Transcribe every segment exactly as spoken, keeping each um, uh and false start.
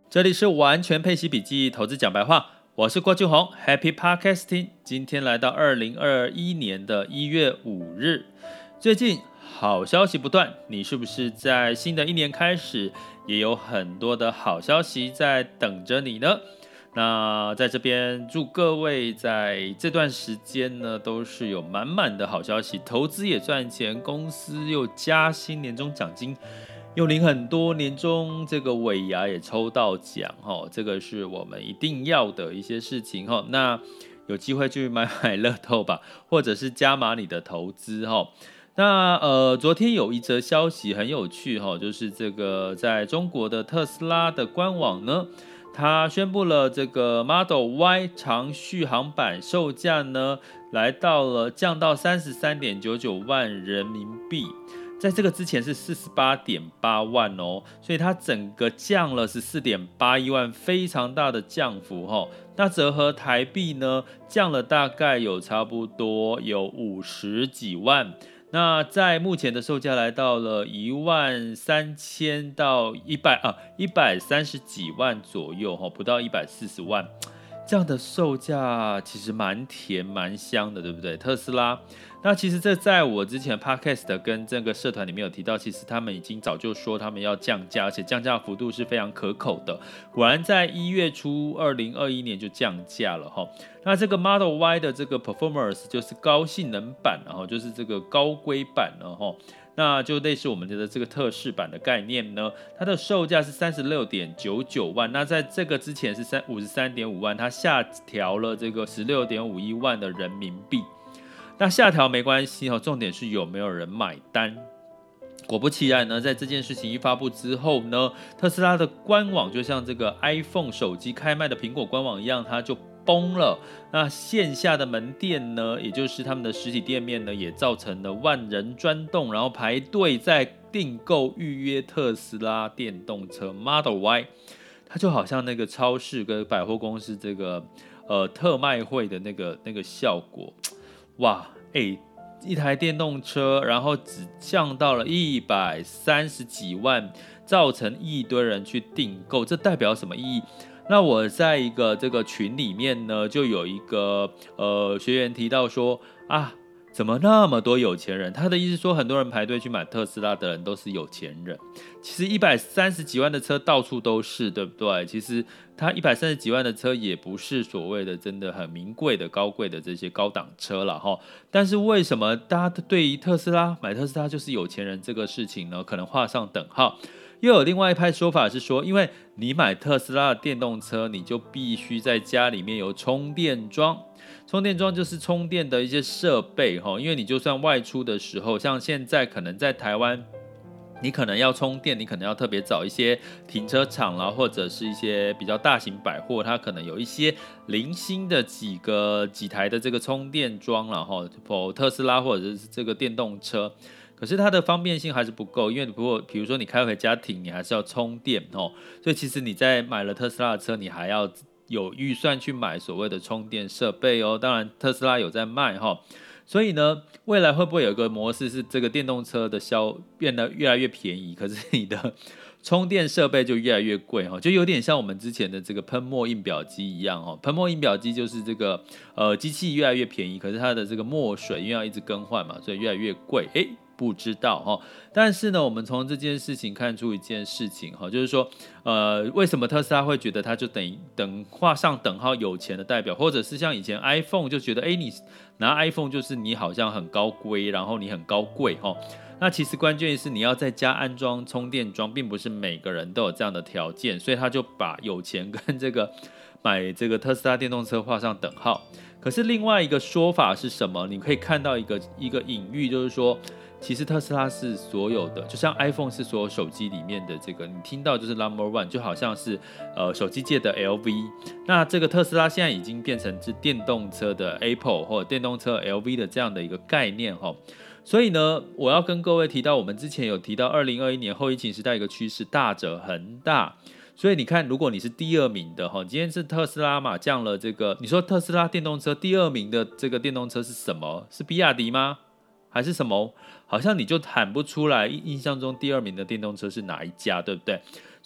这里是完全配息笔记投资讲白话，我是郭俊宏 ，Happy Podcasting。今天来到二零二一年的一月五日，最近好消息不断，你是不是在新的一年开始也有很多的好消息在等着你呢？那在这边祝各位在这段时间呢，都是有满满的好消息，投资也赚钱，公司又加薪，年终奖金又领很多，年终这个尾牙也抽到奖，这个是我们一定要的一些事情。那有机会去买买乐透吧，或者是加码你的投资。那呃，昨天有一则消息很有趣，就是这个在中国的特斯拉的官网呢，它宣布了这个 Model Y 长续航版售价呢，来到了降到 三十三点九九万人民币。在这个之前是 四十八点八万哦，所以它整个降了 十四点八一万，非常大的降幅哦。那折合台币呢，降了大概有差不多有五十几万。那在目前的售价来到了一万三千到一百啊一百三十几万左右哈，不到一百四十万。这样的售价其实蛮甜蛮香的，对不对？特斯拉，那其实这在我之前 podcast 跟这个社团里面有提到，其实他们已经早就说他们要降价，而且降价幅度是非常可口的。果然在一月初二零二一年就降价了哈。那这个 Model Y 的这个 Performance 就是高性能版，然后就是这个高规版了哈。那就类似我们的这个特仕版的概念呢，它的售价是 三十六点九九万，那在这个之前是 五十三点五万，它下调了这个 十六点五一万的人民币。那下调没关系，重点是有没有人买单。果不其然呢，在这件事情一发布之后呢，特斯拉的官网就像这个 iPhone 手机开卖的苹果官网一样，它就崩了。那线下的门店呢，也就是他们的实体店面呢，也造成了万人钻洞，然后排队在订购预约特斯拉电动车 Model Y。它就好像那个超市跟百货公司这个呃特卖会的那个那个效果，哇，哎、欸，一台电动车，然后只降到了一百三十几万，造成一堆人去订购，这代表什么意义？那我在一个这个群里面呢，就有一个呃学员提到说啊，怎么那么多有钱人？他的意思说，很多人排队去买特斯拉的人都是有钱人。其实一百三十几万的车到处都是，对不对？其实他一百三十几万的车也不是所谓的真的很名贵的、高贵的这些高档车了哈。但是为什么大家对于特斯拉买特斯拉就是有钱人这个事情呢，可能画上等号？又有另外一派说法是说，因为你买特斯拉的电动车，你就必须在家里面有充电桩。充电桩就是充电的一些设备，因为你就算外出的时候，像现在可能在台湾，你可能要充电，你可能要特别找一些停车场啦，或者是一些比较大型百货，它可能有一些零星的几个几台的这个充电桩啦，特斯拉或者是这个电动车。可是它的方便性还是不够，因为不过比如说你开回家庭，你还是要充电哦，所以其实你在买了特斯拉的车，你还要有预算去买所谓的充电设备哦。当然特斯拉有在卖哈，所以呢，未来会不会有一个模式是这个电动车的销变得越来越便宜，可是你的充电设备就越来越贵哈，就有点像我们之前的这个喷墨印表机一样哈。喷墨印表机就是这个呃机器越来越便宜，可是它的这个墨水因为要一直更换嘛，所以越来越贵。哎。不知道哈，但是呢，我们从这件事情看出一件事情哈，就是说，呃，为什么特斯拉会觉得它就等等画上等号有钱的代表，或者是像以前 iPhone 就觉得，哎，你拿 iPhone 就是你好像很高规，然后你很高贵哈。那其实关键是你要在家安装充电桩，并不是每个人都有这样的条件，所以他就把有钱跟这个买这个特斯拉电动车画上等号。可是另外一个说法是什么？你可以看到一个一个隐喻，就是说。其实特斯拉是所有的，就像 iPhone 是所有手机里面的这个，你听到就是 number one， 就好像是呃手机界的 L V。那这个特斯拉现在已经变成是电动车的 Apple 或者电动车 L V 的这样的一个概念哈。所以呢，我要跟各位提到，我们之前有提到二零二一年后疫情时代一个趋势大者恒大。所以你看，如果你是第二名的哈，今天是特斯拉嘛，降了这个，你说特斯拉电动车第二名的这个电动车是什么？是比亚迪吗？还是什么？好像你就喊不出来，印象中第二名的电动车是哪一家，对不对？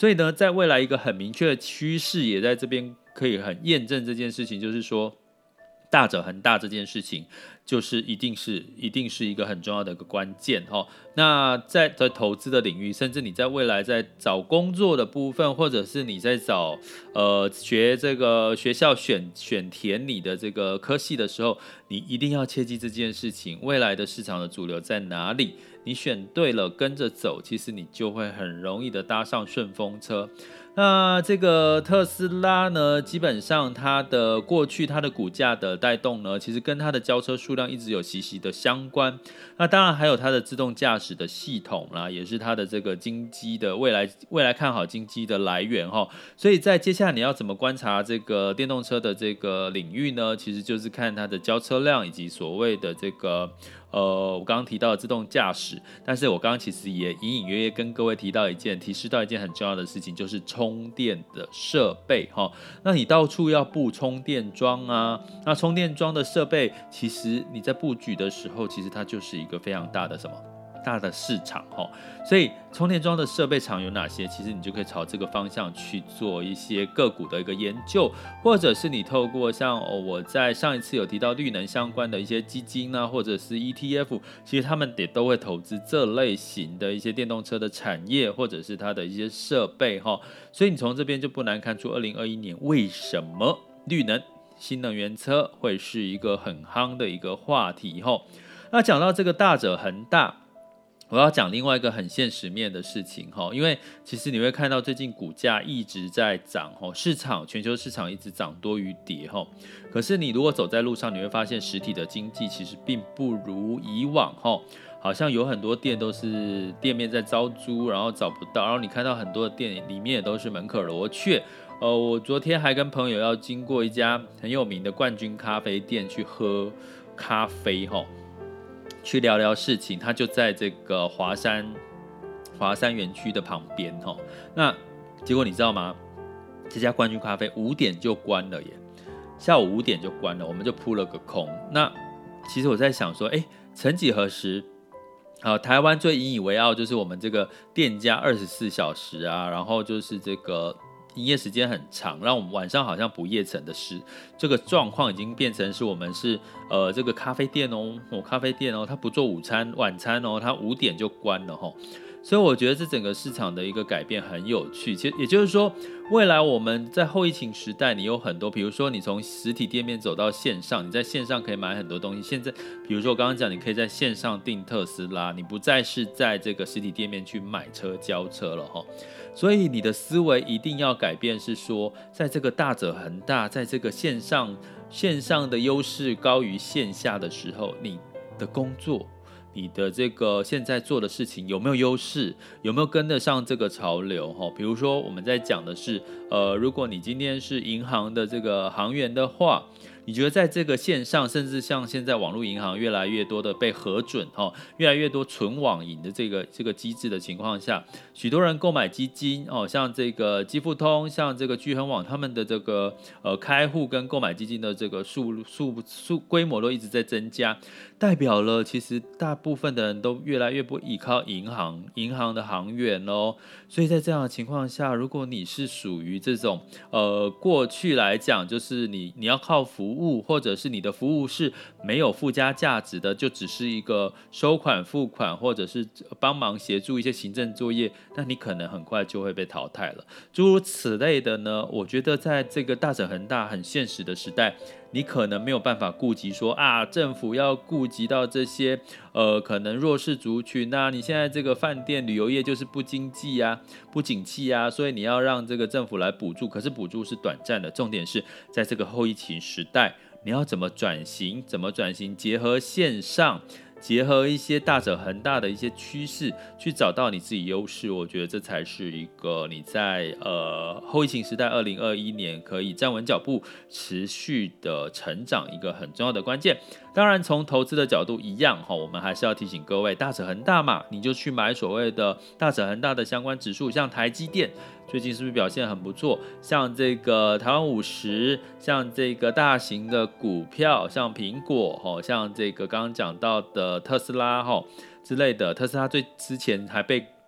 所以呢，在未来一个很明确的趋势也在这边可以很验证这件事情，就是说大者恒大这件事情，就是一定是一定是一个很重要的一个关键哈。那在在投资的领域，甚至你在未来在找工作的部分，或者是你在找呃学这个学校选选填你的这个科系的时候，你一定要切记这件事情。未来的市场的主流在哪里？你选对了，跟着走，其实你就会很容易的搭上顺风车。那这个特斯拉呢，基本上它的过去它的股价的带动呢，其实跟它的交车数量一直有息息的相关。那当然还有它的自动驾驶的系统啦，也是它的这个经济的未来未来看好经济的来源哈。所以在接下来你要怎么观察这个电动车的这个领域呢？其实就是看它的交车量以及所谓的这个。呃，我刚刚提到的自动驾驶，但是我刚刚其实也隐隐约约跟各位提到一件，提示到一件很重要的事情，就是充电的设备哈。那你到处要布充电桩啊，那充电桩的设备，其实你在布局的时候，其实它就是一个非常大的什么？大的市场哈，所以充电桩的设备厂有哪些？其实你就可以朝这个方向去做一些个股的一个研究，或者是你透过像、哦、我在上一次有提到绿能相关的一些基金啊，或者是 E T F， 其实他们也都会投资这类型的一些电动车的产业，或者是它的一些设备哈。所以你从这边就不难看出，二零二一年为什么绿能、新能源车会是一个很夯的一个话题哈。那讲到这个大者恒大。我要讲另外一个很现实面的事情哈，因为其实你会看到最近股价一直在涨哈，市场全球市场一直涨多于跌哈。可是你如果走在路上，你会发现实体的经济其实并不如以往哈，好像有很多店都是店面在招租，然后找不到，然后你看到很多的店里面也都是门可罗雀。呃，我昨天还跟朋友要经过一家很有名的冠军咖啡店去喝咖啡哈。去聊聊事情，它就在这个华山华山园区的旁边哈。那结果你知道吗？这家冠军咖啡五点就关了耶，下午五点就关了，我们就扑了个空。那其实我在想说，哎，曾几何时，啊，台湾最引以为傲就是我们这个店家二十四小时啊，然后就是这个。营业时间很长，让我们晚上好像不夜城的事，这个状况已经变成是我们是呃这个咖啡店哦，哦咖啡店哦，它不做午餐晚餐哦，它五点就关了吼。所以我觉得这整个市场的一个改变很有趣。其实也就是说，未来我们在后疫情时代，你有很多，比如说你从实体店面走到线上，你在线上可以买很多东西。现在，比如说我刚刚讲，你可以在线上订特斯拉，你不再是在这个实体店面去买车交车了哈。所以你的思维一定要改变，是说，在这个大者恒大，在这个线上线上的优势高于线下的时候，你的工作。你的这个现在做的事情有没有优势，有没有跟得上这个潮流？比如说我们在讲的是，呃，如果你今天是银行的这个行员的话，你觉得在这个线上，甚至像现在网络银行越来越多的被核准，越来越多纯网银的这个这个机制的情况下，许多人购买基金，像这个基富通，像这个钜亨网，他们的这个呃开户跟购买基金的这个数数数规模都一直在增加，代表了其实大部分的人都越来越不依靠银行，银行的行员咯。所以在这样的情况下，如果你是属于这种呃过去来讲，就是你你要靠服务，或者是你的服务是没有附加价值的，就只是一个收款付款，或者是帮忙协助一些行政作业，那你可能很快就会被淘汰了。诸如此类的呢，我觉得在这个大者恒大很现实的时代，你可能没有办法顾及说啊，政府要顾及到这些呃可能弱势族群，那你现在这个饭店旅游业就是不经济啊、不景气啊，所以你要让这个政府来补助，可是补助是短暂的，重点是在这个后疫情时代，你要怎么转型？怎么转型？结合线上。结合一些大者恒大的一些趋势，去找到你自己优势，我觉得这才是一个你在呃后疫情时代二零二一年可以站稳脚步、持续的成长一个很重要的关键。当然，从投资的角度一样哈，我们还是要提醒各位，大者恒大嘛，你就去买所谓的大者恒大的相关指数，像台积电。最近是不是表现很不错？像这个台湾五十，像这个大型的股票，像苹果，像这个刚刚讲到的特斯拉之类的，特斯拉最之前还被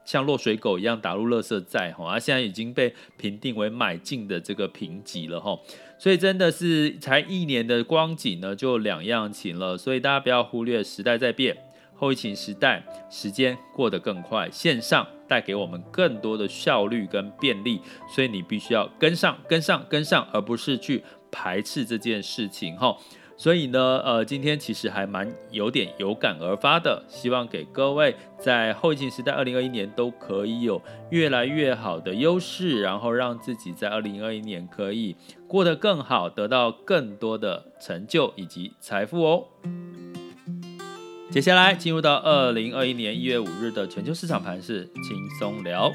像落水狗一样打入垃圾债，啊，现在已经被评定为买进的这个评级了，所以真的是才一年的光景呢，就两样情了。所以大家不要忽略时代在变，后疫情时代，时间过得更快，线上带给我们更多的效率跟便利，所以你必须要跟上、跟上、跟上，而不是去排斥这件事情，所以呢，呃，今天其实还蛮有点有感而发的，希望给各位在后疫情时代二零二一年都可以有越来越好的优势，然后让自己在二零二一年可以过得更好，得到更多的成就以及财富哦。接下来进入到二零二一年一月五日的全球市场盘势轻松聊。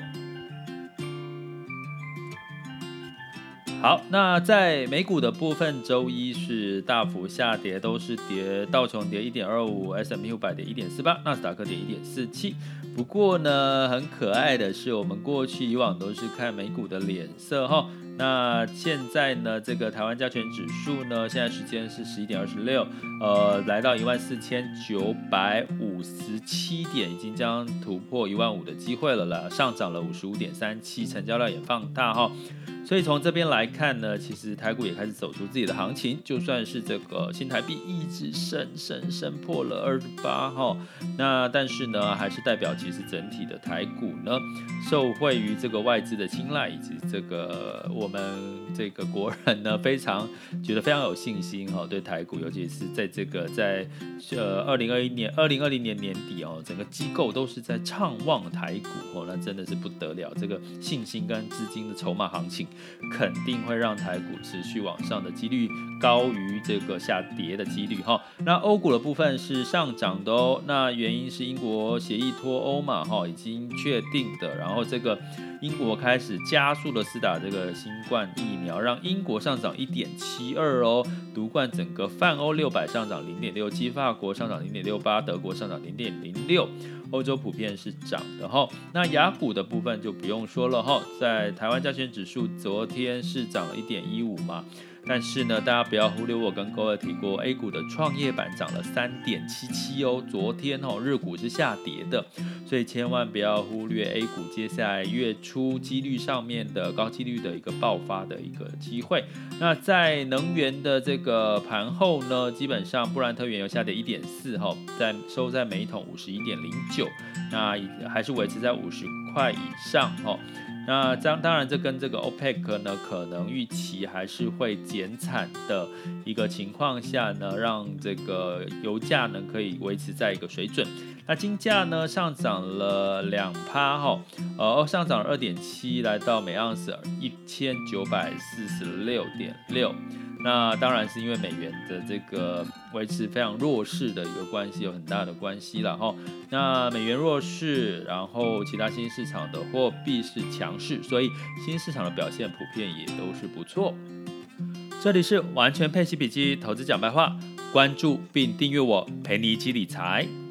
好，那在美股的部分，周一是大幅下跌，都是跌，道琼跌 一点二五， S and P 五百 跌 一点四八， 纳斯达克跌 一点四七。不过呢，很可爱的是，我们过去以往都是看美股的脸色齁，那现在呢，这个台湾加权指数呢，现在时间是十一点二十六，呃，来到一万四千九百五十七点，已经将突破一万五的机会了啦，上涨了 五十五点三七， 成交量也放大齁。所以从这边来看呢，其实台股也开始走出自己的行情，就算是这个新台币一直升升升破了二十八哈，那但是呢，还是代表其实整体的台股呢，受惠于这个外资的青睐，以及这个我们这个国人呢，非常觉得非常有信心哈，对台股，尤其是在这个在呃二零二一年、二零二零年年底哦，整个机构都是在畅望台股哦，那真的是不得了，这个信心跟资金的筹码行情。肯定会让台股持续往上的几率高于这个下跌的几率哈。那欧股的部分是上涨的哦，那原因是英国协议脱欧嘛哈，已经确定的。然后这个英国开始加速的施打这个新冠疫苗，让英国上涨 一点七二 哦，独冠整个泛欧六百上涨 零点六七， 法国上涨 零点六八， 德国上涨 零点零六。欧洲普遍是涨的齁，那亚股的部分就不用说了齁，在台湾加权指数昨天是涨了 一点一五 嘛，但是呢，大家不要忽略我跟各位提过 A 股的创业板涨了 三点七七 哦，昨天哦日股是下跌的，所以千万不要忽略 A 股接下来月初几率上面的高几率的一个爆发的一个机会。那在能源的这个盘后呢，基本上布兰特原油下跌 一点四 哈，在收在每桶 五十一点零九，那还是维持在五十块以上哈。那当然，这跟这个 OPEC 呢，可能预期还是会减产的一个情况下呢，让这个油价呢可以维持在一个水准。那金价呢上涨了 百分之二 哈，呃，上涨了 二点七， 来到每盎司一千九百四十六点六。那当然是因为美元的这个维持非常弱势的一个关系，有很大的关系了哈。那美元弱势，然后其他新市场的货币是强势，所以新市场的表现普遍也都是不错。这里是完全配息笔记投资讲白话，关注并订阅我，陪你一起理财。